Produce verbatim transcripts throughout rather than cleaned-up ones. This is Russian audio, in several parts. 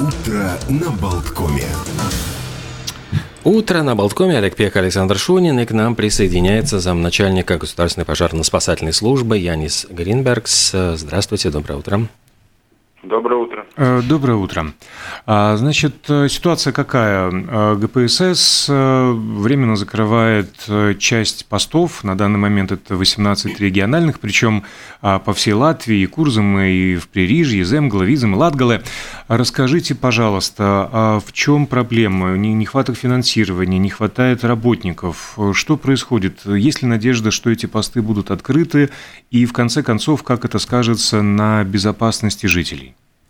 Утро на Болткоме. Утро на Болткоме. Олег Пек, Александр Шунин. И к нам присоединяется замначальника Государственной пожарно-спасательной службы Янис Гринбергс. Здравствуйте, доброе утро. Доброе утро. Доброе утро. Значит, ситуация какая? ГПСС временно закрывает часть постов. На данный момент это восемнадцать региональных, причем по всей Латвии, и Курзам, и в Пририжье, Земгала, Визам, и Латгале. Расскажите, пожалуйста, в чем проблема? Нехватка финансирования, не хватает работников. Что происходит? Есть ли надежда, что эти посты будут открыты? И, в конце концов, как это скажется на безопасности жителей?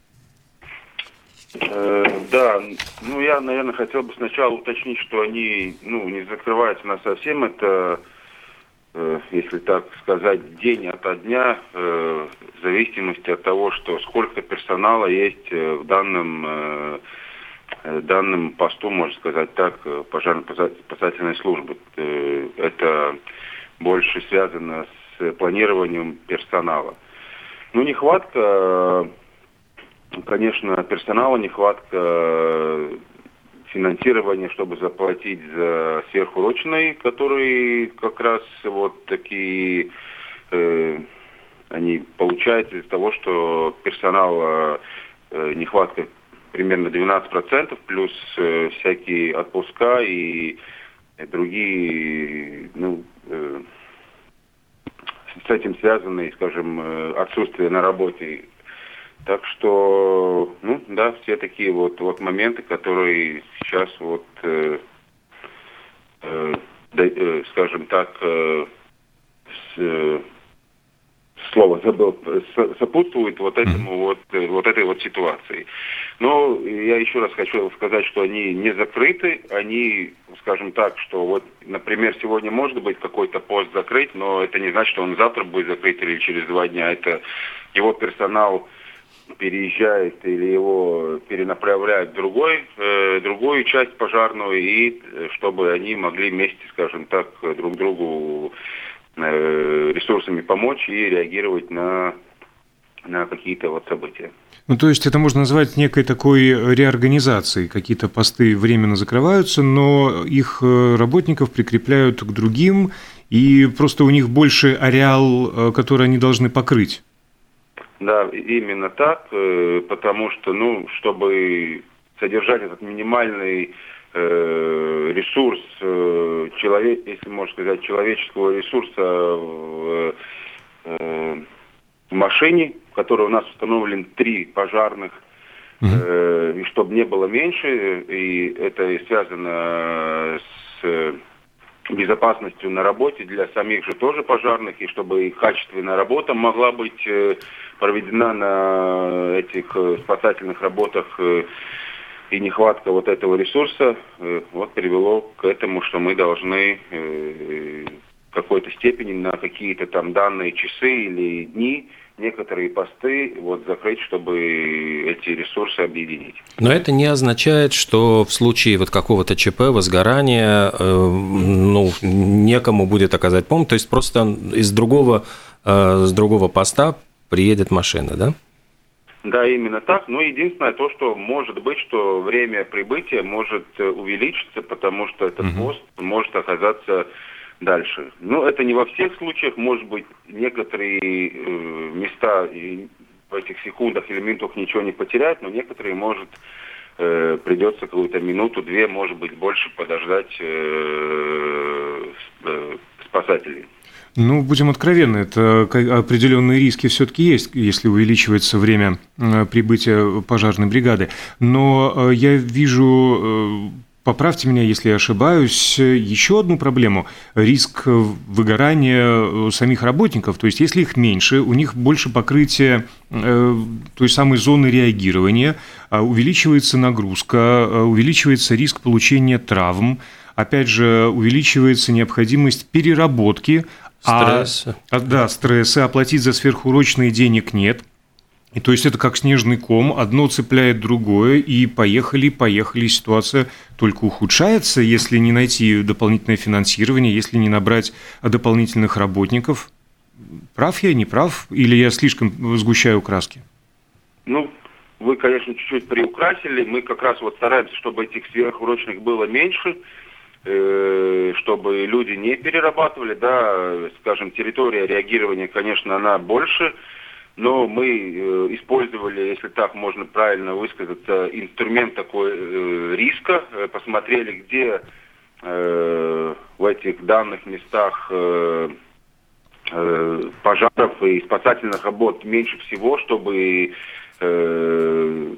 Да, ну я, наверное, хотел бы сначала уточнить, что они, ну, не закрываются на совсем. Это, э, если так сказать, день ото дня, э, в зависимости от того, что сколько персонала есть э, в данном, э, данном посту, можно сказать так, пожарно-спасательной службы. Э, это больше связано с планированием персонала. Ну, нехватка... Конечно, персонала, нехватка финансирования, чтобы заплатить за сверхурочные, которые как раз вот такие, э, они получаются из-за того, что персонала э, нехватка примерно двенадцать процентов, плюс э, всякие отпуска и другие, ну, э, с этим связанные, скажем, э, отсутствие на работе. Так что, ну, да, все такие вот, вот моменты, которые сейчас вот, э, э, да, э, скажем так, э, с, э, слово забыл, сопутствует вот этому вот, э, вот этой вот ситуации. Но я еще раз хочу сказать, что они не закрыты, они, скажем так, что вот, например, сегодня может быть какой-то пост закрыть, но это не значит, что он завтра будет закрыт или через два дня. Это его персонал переезжает или его перенаправляют в другой, э, другую часть пожарную, и чтобы они могли вместе, скажем так, друг другу э, ресурсами помочь и реагировать на, на какие-то вот события. Ну, то есть это можно назвать некой такой реорганизацией. Какие-то посты временно закрываются, но их работников прикрепляют к другим, и просто у них больше ареал, который они должны покрыть. Да, именно так, потому что, ну, чтобы содержать этот минимальный э, ресурс, э, человек, если можно сказать, человеческого ресурса в, э, в машине, в которой у нас установлен три пожарных, э, и чтобы не было меньше, и это связано с безопасностью на работе для самих же тоже пожарных, и чтобы и качественная работа могла быть э, проведена на этих э, спасательных работах, э, и нехватка вот этого ресурса э, вот привело к этому, что мы должны э, в какой-то степени на какие-то там данные часы или дни некоторые посты вот закрыть, чтобы эти ресурсы объединить. Но это не означает, что в случае вот какого-то ЧП, возгорания, э, ну, некому будет оказать помощь, то есть просто из другого, э, с другого поста приедет машина, да? Да, именно так. Но единственное то, что может быть, что время прибытия может увеличиться, потому что этот угу. пост может оказаться дальше. Но это не во всех случаях. Может быть, некоторые э, места и в этих секундах или минутах ничего не потерять, но некоторые, может, э, придется какую-то минуту-две, может быть, больше подождать э, э, спасателей. Ну, будем откровенны, это определенные риски все-таки есть, если увеличивается время прибытия пожарной бригады. Но я вижу... Поправьте меня, если я ошибаюсь, еще одну проблему – риск выгорания самих работников. То есть, если их меньше, у них больше покрытия той самой зоны реагирования, увеличивается нагрузка, увеличивается риск получения травм, опять же, увеличивается необходимость переработки. Стресс. А, да, стрессы, оплатить за сверхурочные денег нет. И то есть это как снежный ком, одно цепляет другое, и поехали, поехали, ситуация только ухудшается, если не найти дополнительное финансирование, если не набрать дополнительных работников. Прав я, не прав? Или я слишком сгущаю краски? Ну, вы, конечно, чуть-чуть приукрасили. Мы как раз вот стараемся, чтобы этих сверхурочных было меньше, э, чтобы люди не перерабатывали, да, скажем, территория реагирования, конечно, она больше, но мы э, использовали, если так можно правильно высказаться, инструмент такой э, риска, э, посмотрели, где э, в этих данных местах э, э, пожаров и спасательных работ меньше всего, чтобы Э,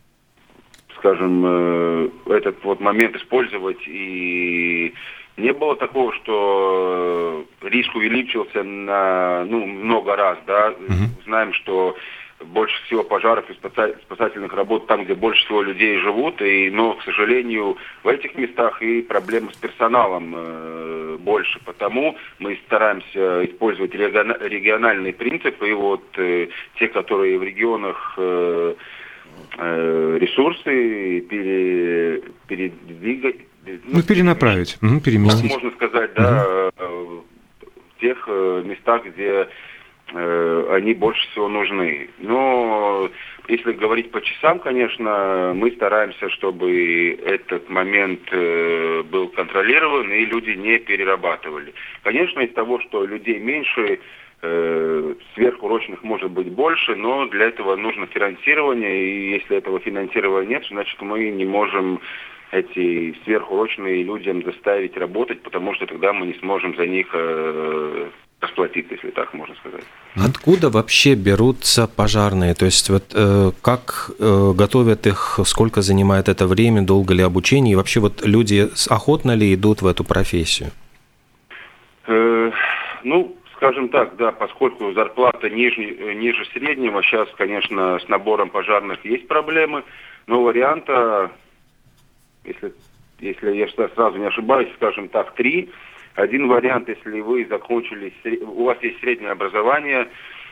скажем, э, этот вот момент использовать, и не было такого, что риск увеличился на, ну, много раз, да. Mm-hmm. Знаем, что больше всего пожаров и спасательных работ там, где больше всего людей живут, и, но, к сожалению, в этих местах и проблемы с персоналом э, больше. Потому мы стараемся использовать региональные принципы, и вот э, те, которые в регионах э, э, ресурсы пере, передвигать. Ну, ну перенаправить, угу, переместить. Можно сказать, да, угу. в тех местах, где они больше всего нужны. Но если говорить по часам, конечно, мы стараемся, чтобы этот момент был контролирован и люди не перерабатывали. Конечно, из того, что людей меньше, сверхурочных может быть больше, но для этого нужно финансирование, и если этого финансирования нет, значит мы не можем эти сверхурочные людям заставить работать, потому что тогда мы не сможем за них расплатиться, если так можно сказать. Откуда вообще берутся пожарные? То есть вот э, как э, готовят их, сколько занимает это время, долго ли обучение? И вообще вот люди охотно ли идут в эту профессию? Э, ну, скажем так, да, поскольку зарплата ниже, ниже среднего, сейчас, конечно, с набором пожарных есть проблемы, но варианта, если, если я сразу не ошибаюсь, скажем так, три. Один вариант, если вы закончили, у вас есть среднее образование,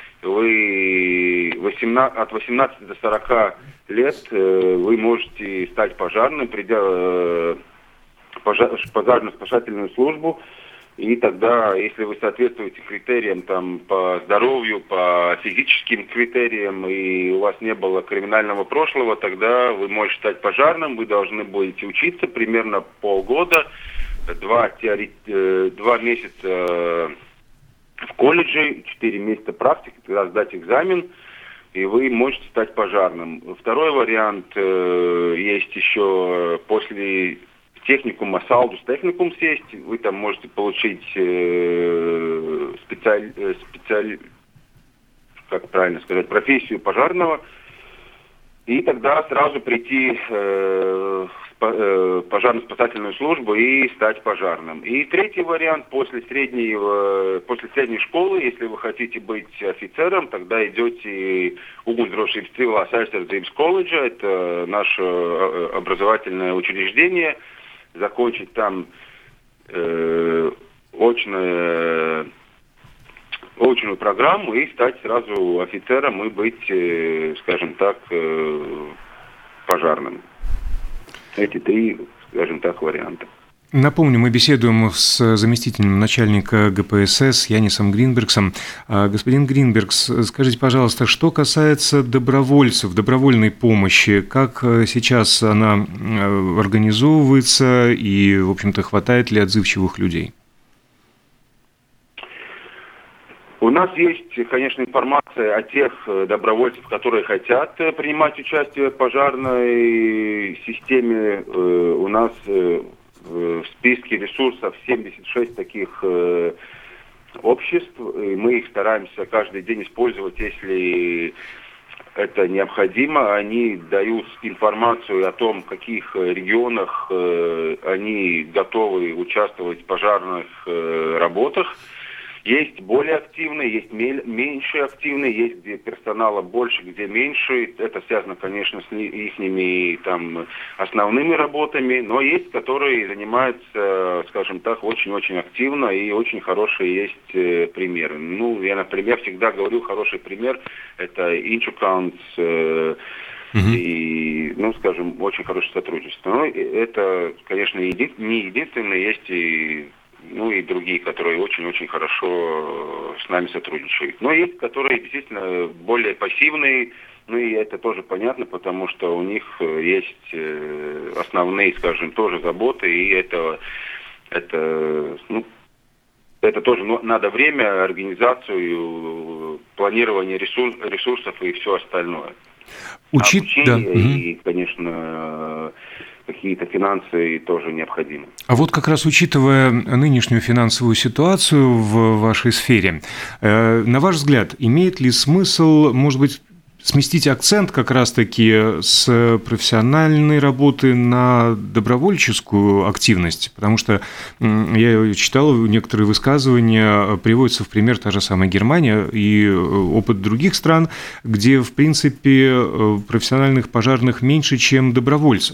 вы восемнадцать, от восемнадцати до сорока лет вы можете стать пожарным, придя в пожарно-спасательную службу, и тогда, если вы соответствуете критериям там, по здоровью, по физическим критериям, и у вас не было криминального прошлого, тогда вы можете стать пожарным, вы должны будете учиться примерно полгода, Два, теори... два месяца в колледже, четыре месяца практики, тогда сдать экзамен, и вы можете стать пожарным. Второй вариант э, есть еще после техникума, салдус техникум сесть, вы там можете получить э, специаль... специаль... как правильно сказать, профессию пожарного, и тогда сразу прийти э, в пожарно-спасательную службу и стать пожарным. И третий вариант, после средней, после средней школы, если вы хотите быть офицером, тогда идете в Угунсдрошības цивилās aizsardzības колледжа, это наше образовательное учреждение, закончить там э, очное очную программу и стать сразу офицером и быть, скажем так, пожарным. Эти три, скажем так, варианта. Напомню, мы беседуем с заместителем начальника ГПСС Янисом Гринбергсом. Господин Гринбергс, скажите, пожалуйста, что касается добровольцев, добровольной помощи, как сейчас она организовывается и, в общем-то, хватает ли отзывчивых людей? У нас есть, конечно, информация о тех добровольцев, которые хотят принимать участие в пожарной системе. У нас в списке ресурсов семьдесят шесть таких обществ, и мы их стараемся каждый день использовать, если это необходимо. Они дают информацию о том, в каких регионах они готовы участвовать в пожарных работах. Есть более активные, есть меньше активные, есть где персонала больше, где меньше. Это связано, конечно, с их там основными работами, но есть, которые занимаются, скажем так, очень-очень активно, и очень хорошие есть э, примеры. Ну, я, например, всегда говорю, хороший пример – это Инчукаунс, э, Uh-huh. и, ну, скажем, очень хорошее сотрудничество. Но это, конечно, еди- не единственное, есть и ну и другие, которые очень-очень хорошо с нами сотрудничают. Но есть, которые действительно более пассивные, Ну и это тоже понятно, потому что у них есть основные, скажем, тоже заботы, и это, это, ну, это тоже надо время, организацию, планирование ресурс, ресурсов и все остальное. Учит... Обучение да. и, конечно, какие-то финансы тоже необходимы. А вот как раз учитывая нынешнюю финансовую ситуацию в вашей сфере, на ваш взгляд, имеет ли смысл, может быть, сместить акцент как раз-таки с профессиональной работы на добровольческую активность? Потому что я читал некоторые высказывания, приводятся в пример та же самая Германия и опыт других стран, где, в принципе, профессиональных пожарных меньше, чем добровольцев.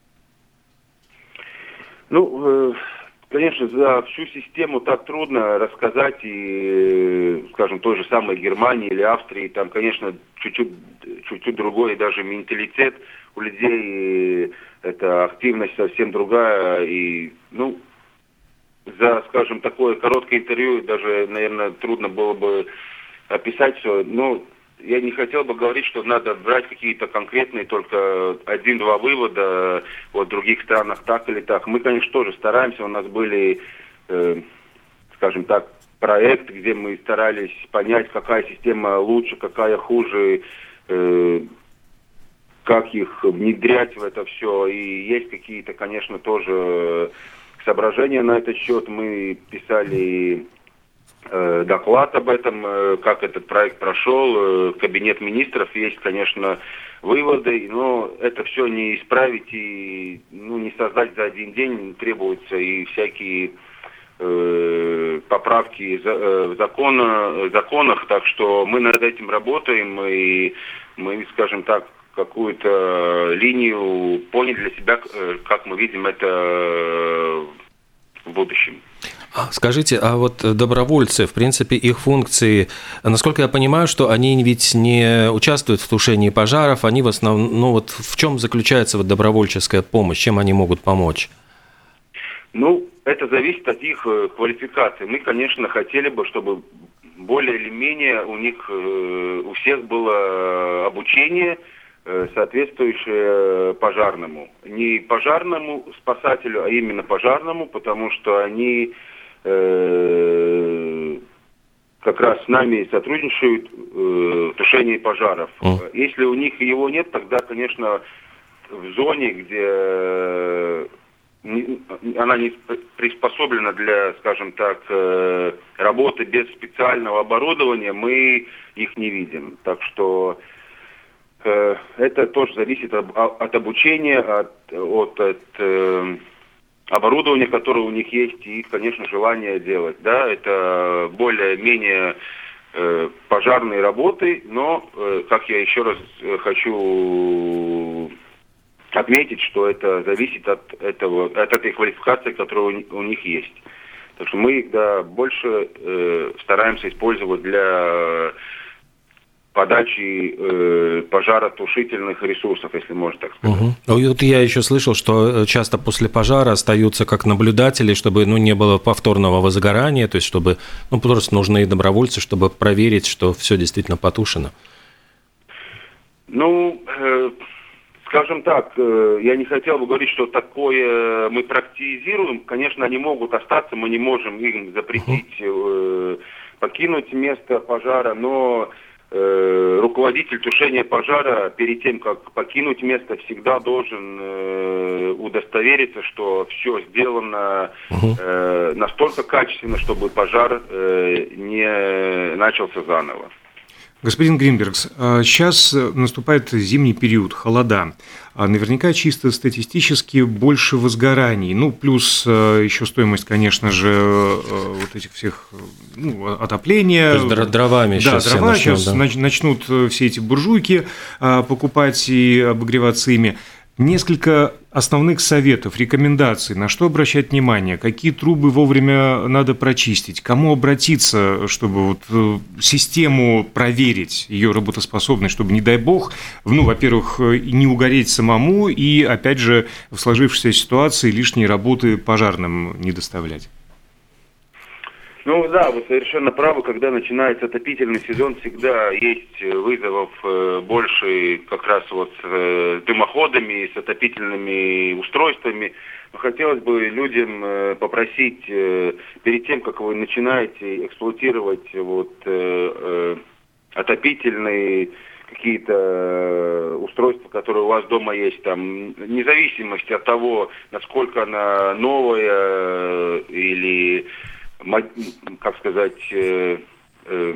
Ну, конечно, за всю систему так трудно рассказать, и, скажем, той же самой Германии или Австрии, там, конечно, чуть-чуть, чуть-чуть другой даже менталитет у людей, и эта активность совсем другая, и, ну, за, скажем, такое короткое интервью даже, наверное, трудно было бы описать все, но я не хотел бы говорить, что надо брать какие-то конкретные только один-два вывода от других странах так или так. Мы, конечно, тоже стараемся. У нас были, э, скажем так, проекты, где мы старались понять, какая система лучше, какая хуже, э, как их внедрять в это все. И есть какие-то, конечно, тоже соображения на этот счет. Мы писали доклад об этом, как этот проект прошел, кабинет министров, есть, конечно, выводы, но это все не исправить и, ну, не создать за один день, требуются и всякие э, поправки в закона, законах, так что мы над этим работаем, и мы, скажем так, какую-то линию поняли для себя, как мы видим это в будущем. Скажите, а вот добровольцы, в принципе, их функции, насколько я понимаю, что они ведь не участвуют в тушении пожаров, они в основном, ну вот в чем заключается вот добровольческая помощь, чем они могут помочь? Ну, это зависит от их квалификации. Мы, конечно, хотели бы, чтобы более или менее у них, у всех было обучение, соответствующее пожарному. Не пожарному спасателю, а именно пожарному, потому что они э, как раз с нами сотрудничают э, в тушении пожаров. Mm. Если у них его нет, тогда, конечно, в зоне, где не, она не приспособлена для, скажем так, э, работы без специального оборудования, мы их не видим. Так что это тоже зависит от, от обучения, от, от, от э, оборудования, которое у них есть, и, конечно, желание делать. Да, это более-менее э, пожарные работы, но, э, как я еще раз хочу отметить, что это зависит от этого, от этой квалификации, которая у, у них есть. Так что мы их, да, больше э, стараемся использовать для подачи э, пожаротушительных ресурсов, если можно так сказать. Угу. Вот я еще слышал, что часто после пожара остаются как наблюдатели, чтобы, ну, не было повторного возгорания, то есть чтобы, ну, просто нужны добровольцы, чтобы проверить, что все действительно потушено. Ну, э, скажем так, э, я не хотел бы говорить, что такое мы практизируем. Конечно, они могут остаться, мы не можем им запретить э, покинуть место пожара, но руководитель тушения пожара перед тем, как покинуть место, всегда должен э, удостовериться, что все сделано э, настолько качественно, чтобы пожар э, не начался заново. Господин Гринбергс, сейчас наступает зимний период, холода. Наверняка чисто статистически больше возгораний. Ну, плюс еще стоимость, конечно же, вот этих всех, ну, отопления. То есть дровами да, сейчас дрова, все начнут, сейчас да? начнут все эти буржуйки покупать и обогреваться ими. Несколько основных советов, рекомендаций, на что обращать внимание, какие трубы вовремя надо прочистить, кому обратиться, чтобы вот систему проверить, ее работоспособность, чтобы, не дай бог, ну, во-первых, не угореть самому и, опять же, в сложившейся ситуации лишние работы пожарным не доставлять. Ну да, вы совершенно правы, когда начинается отопительный сезон, всегда есть вызовов больше как раз вот с дымоходами, с отопительными устройствами. Но хотелось бы людям попросить перед тем, как вы начинаете эксплуатировать вот отопительные какие-то устройства, которые у вас дома есть, там, вне зависимости от того, насколько она новая или, как сказать, э, э,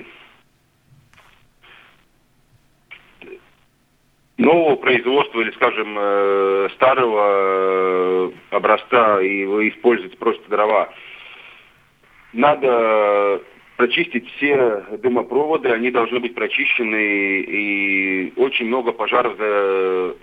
нового производства или, скажем, э, старого образца, и вы используете просто дрова. Надо прочистить все дымопроводы, они должны быть прочищены, и очень много пожаров за...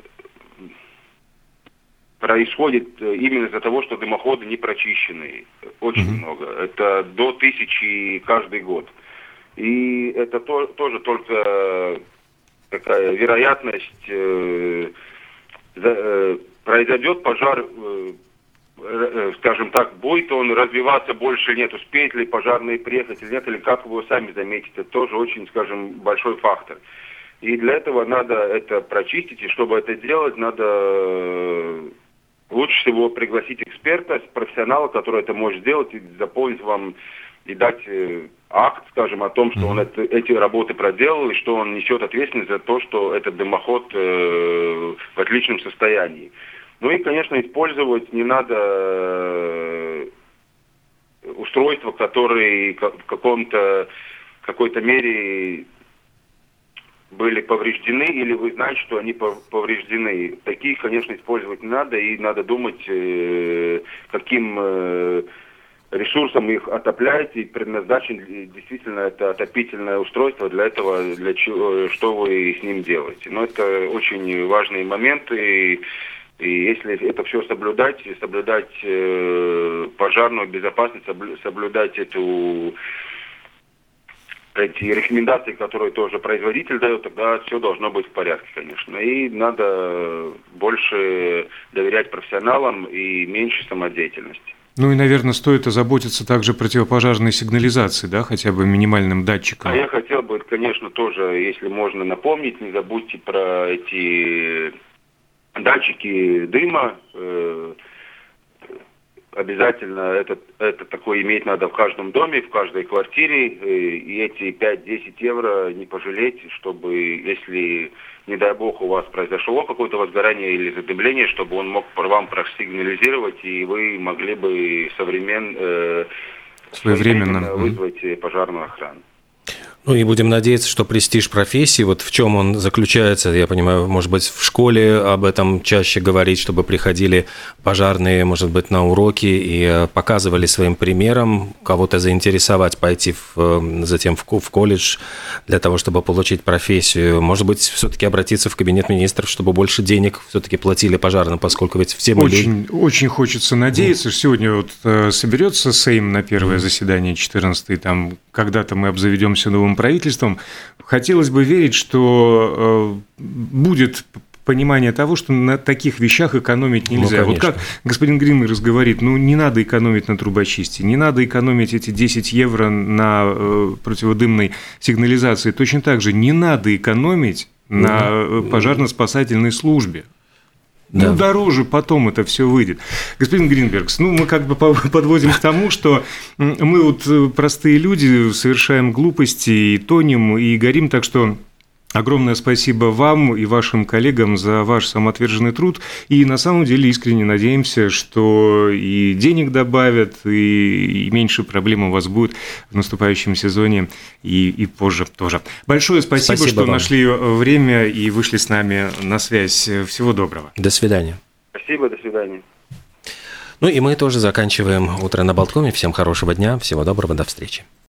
происходит именно из-за того, что дымоходы не прочищены. Очень mm-hmm. много. Это до тысячи каждый год. И это то, тоже только такая вероятность, э, э, произойдет пожар, э, скажем так, будет он развиваться больше или нет, успеют ли пожарные приехать или нет, или как вы сами заметите, это тоже очень, скажем, большой фактор. И для этого надо это прочистить, и чтобы это делать, надо лучше всего пригласить эксперта, профессионала, который это может сделать, и заполнить вам, и дать акт, скажем, о том, что он это, эти работы проделал, и что он несет ответственность за то, что этот дымоход э, в отличном состоянии. Ну и, конечно, использовать не надо устройства, которые в каком-то, какой-то мере были повреждены, или вы знаете, что они повреждены. Такие, конечно, использовать не надо, и надо думать, каким ресурсом их отопляете, и предназначен действительно это отопительное устройство для этого, для чего, что вы с ним делаете. Но это очень важные моменты. И если это все соблюдать, соблюдать э, пожарную безопасность, соблюдать эту, эти рекомендации, которые тоже производитель дает, тогда все должно быть в порядке, конечно. И надо больше доверять профессионалам и меньше самодеятельности. Ну и, наверное, стоит озаботиться также противопожарной сигнализацией, да, хотя бы минимальным датчиком. А я хотел бы, конечно, тоже, если можно напомнить, не забудьте про эти... датчики дыма, э, обязательно это, это такое иметь надо в каждом доме, в каждой квартире, э, и эти пять-десять евро не пожалеть, чтобы, если, не дай бог, у вас произошло какое-то возгорание или задымление, чтобы он мог вам просигнализировать, и вы могли бы современно, э, своевременно вызвать пожарную охрану. Ну и будем надеяться, что престиж профессии, вот в чем он заключается, я понимаю, может быть, в школе об этом чаще говорить, чтобы приходили пожарные, может быть, на уроки и показывали своим примером, кого-то заинтересовать, пойти в, затем в, в колледж для того, чтобы получить профессию. Может быть, все-таки обратиться в кабинет министров, чтобы больше денег все-таки платили пожарным, поскольку ведь все мы... Очень, очень хочется надеяться, что сегодня вот соберется Сейм на первое заседание четырнадцатое, там когда-то мы обзаведемся новым правительством. Хотелось бы верить, что э, будет понимание того, что на таких вещах экономить нельзя. Ну, вот как господин Гринмейерс говорит, ну не надо экономить на трубочисте, не надо экономить эти десять евро на э, противодымной сигнализации. Точно так же не надо экономить на э, пожарно-спасательной службе. Да. Ну, дороже потом это все выйдет. Господин Гринбергс, ну, мы как бы подводим к тому, что мы вот простые люди совершаем глупости и тонем, и горим, так что огромное спасибо вам и вашим коллегам за ваш самоотверженный труд, и на самом деле искренне надеемся, что и денег добавят, и, и меньше проблем у вас будет в наступающем сезоне и, и позже тоже. Большое спасибо, спасибо что вам. Нашли время и вышли с нами на связь. Всего доброго. До свидания. Спасибо, до свидания. Ну и мы тоже заканчиваем «Утро на Болткоме». Всем хорошего дня, всего доброго, до встречи.